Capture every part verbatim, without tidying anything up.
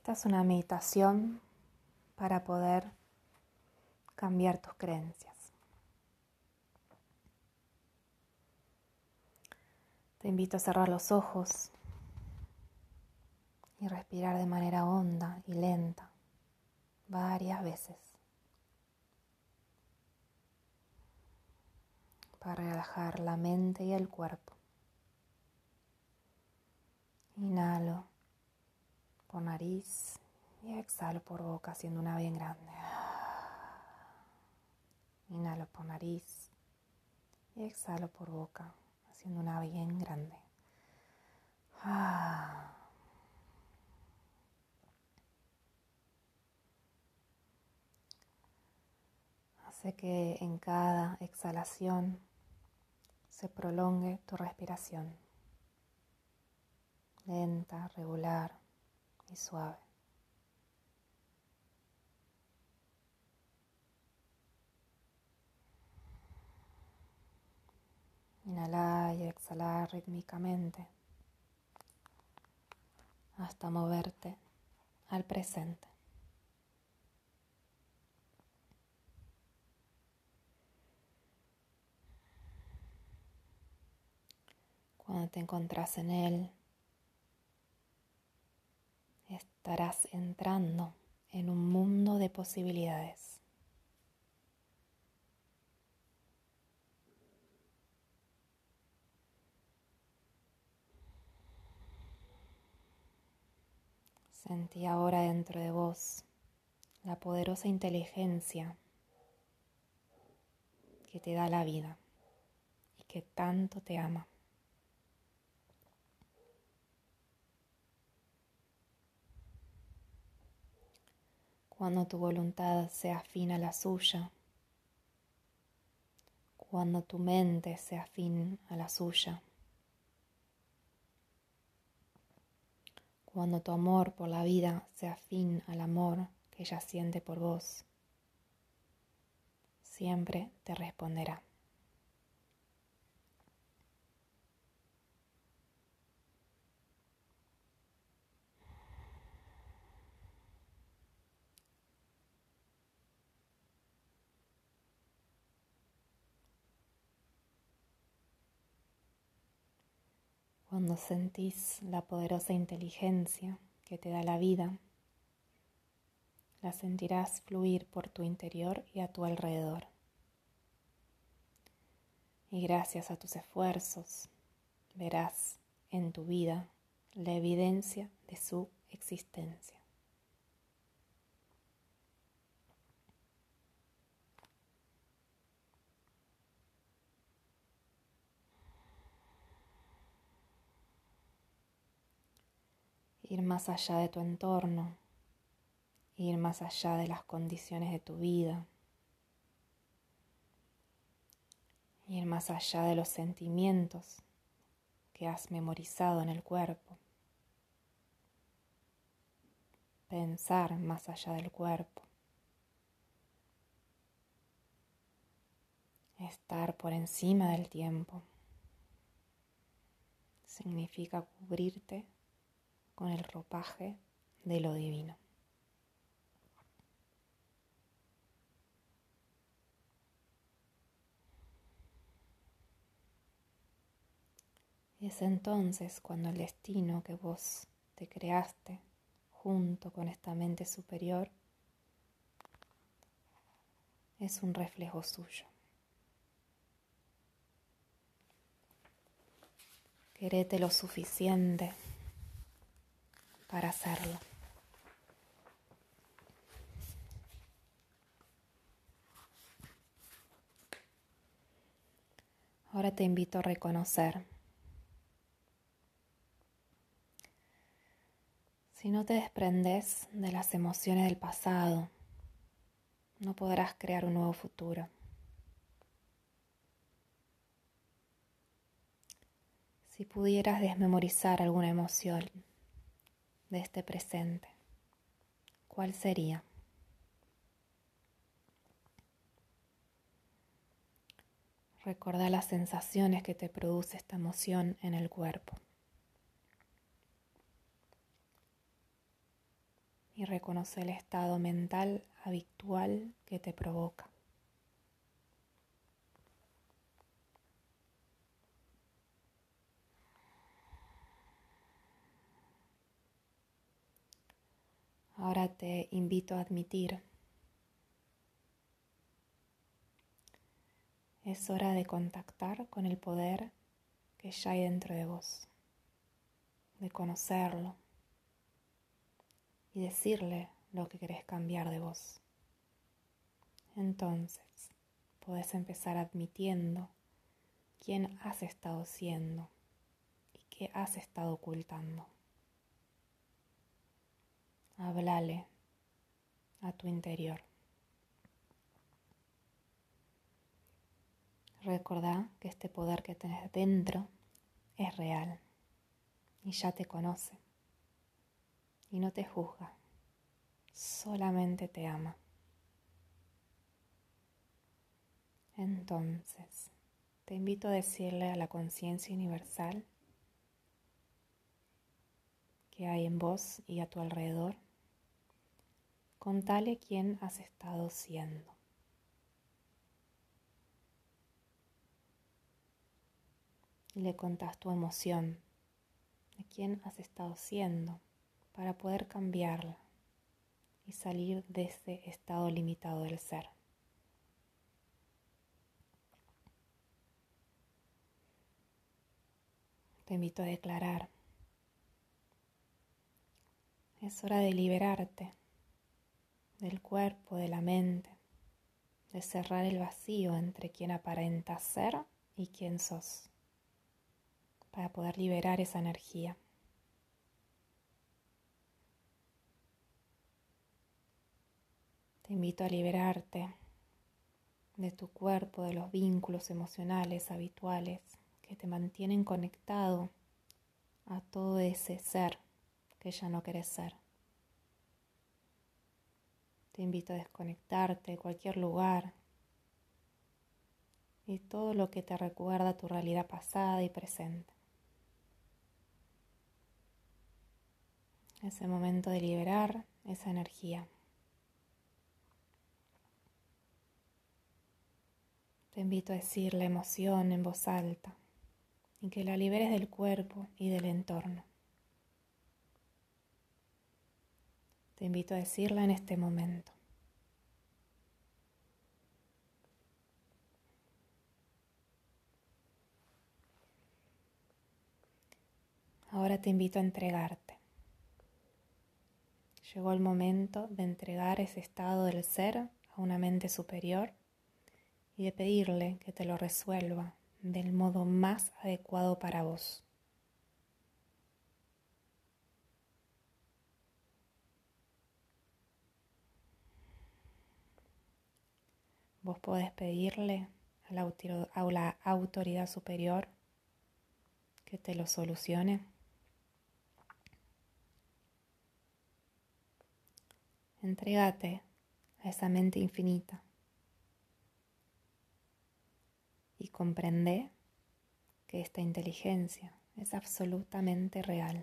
Esta es una meditación para poder cambiar tus creencias. Te invito a cerrar los ojos y respirar de manera honda y lenta varias veces para relajar la mente y el cuerpo. Inhalo por nariz y exhalo por boca haciendo una bien grande. Inhalo por nariz y exhalo por boca haciendo una bien grande. Hace que en cada exhalación se prolongue tu respiración, lenta, regular y suave. Inhalar y exhalar rítmicamente hasta moverte al presente. Cuando te encontrás en él, estarás entrando en un mundo de posibilidades. Sentí ahora dentro de vos la poderosa inteligencia que te da la vida y que tanto te ama. Cuando tu voluntad sea afín a la suya, cuando tu mente sea afín a la suya, cuando tu amor por la vida sea afín al amor que ella siente por vos, siempre te responderá. Cuando sentís la poderosa inteligencia que te da la vida, la sentirás fluir por tu interior y a tu alrededor. Y gracias a tus esfuerzos, verás en tu vida la evidencia de su existencia. Ir más allá de tu entorno, ir más allá de las condiciones de tu vida, ir más allá de los sentimientos que has memorizado en el cuerpo, pensar más allá del cuerpo, estar por encima del tiempo, significa cubrirte con el ropaje de lo divino. Es entonces cuando el destino que vos te creaste junto con esta mente superior es un reflejo suyo. Querete lo suficiente para hacerlo. Ahora te invito a reconocer. Si no te desprendes de las emociones del pasado, no podrás crear un nuevo futuro. Si pudieras desmemorizar alguna emoción de este presente, ¿cuál sería? Recordá las sensaciones que te produce esta emoción en el cuerpo. y reconoce el estado mental habitual que te provoca. Ahora te invito a admitir, es hora de contactar con el poder que ya hay dentro de vos, de conocerlo y decirle lo que querés cambiar de vos. Entonces, podés empezar admitiendo quién has estado siendo y qué has estado ocultando. Háblale a tu interior. Recordá que este poder que tenés dentro es real y ya te conoce y no te juzga, solamente te ama. Entonces, te invito a decirle a la conciencia universal que hay en vos y a tu alrededor, contale quién has estado siendo. Y le contás tu emoción de quién has estado siendo para poder cambiarla y salir de ese estado limitado del ser. Te invito a declarar: es hora de liberarte del cuerpo, de la mente, de cerrar el vacío entre quien aparentas ser y quién sos, para poder liberar esa energía. Te invito a liberarte de tu cuerpo, de los vínculos emocionales habituales que te mantienen conectado a todo ese ser que ya no querés ser. Te invito a desconectarte de cualquier lugar y todo lo que te recuerda tu realidad pasada y presente. Es el momento de liberar esa energía. Te invito a decir la emoción en voz alta y que la liberes del cuerpo y del entorno. Te invito a decirla en este momento. Ahora te invito a entregarte. Llegó el momento de entregar ese estado del ser a una mente superior y de pedirle que te lo resuelva del modo más adecuado para vos. Vos podés pedirle a la, autor- a la autoridad superior que te lo solucione. Entrégate a esa mente infinita y comprende que esta inteligencia es absolutamente real.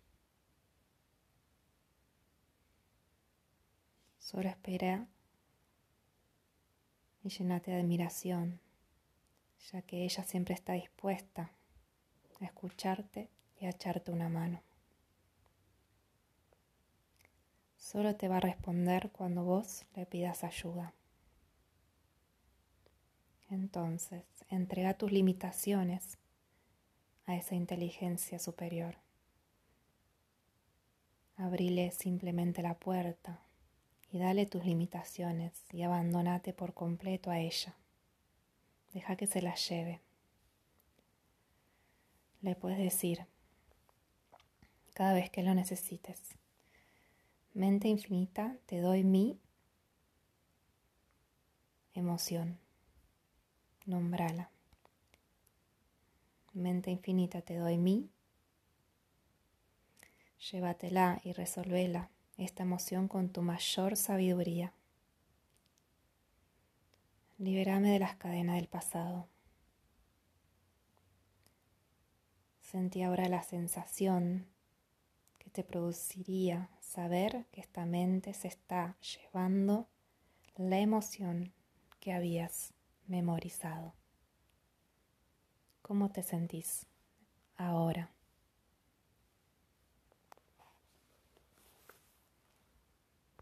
Solo espera y llénate de admiración, ya que ella siempre está dispuesta a escucharte y a echarte una mano. Solo te va a responder cuando vos le pidas ayuda. Entonces, entrega tus limitaciones a esa inteligencia superior. Abrile simplemente la puerta y dale tus limitaciones y abandónate por completo a ella. Deja que se las lleve. Le puedes decir cada vez que lo necesites: mente infinita, te doy mi emoción. Nómbrala. Mente infinita, te doy mi. Llévatela y resolvela esta emoción con tu mayor sabiduría. Libérame de las cadenas del pasado. Sentí ahora la sensación que te produciría saber que esta mente se está llevando la emoción que habías memorizado. ¿Cómo te sentís ahora?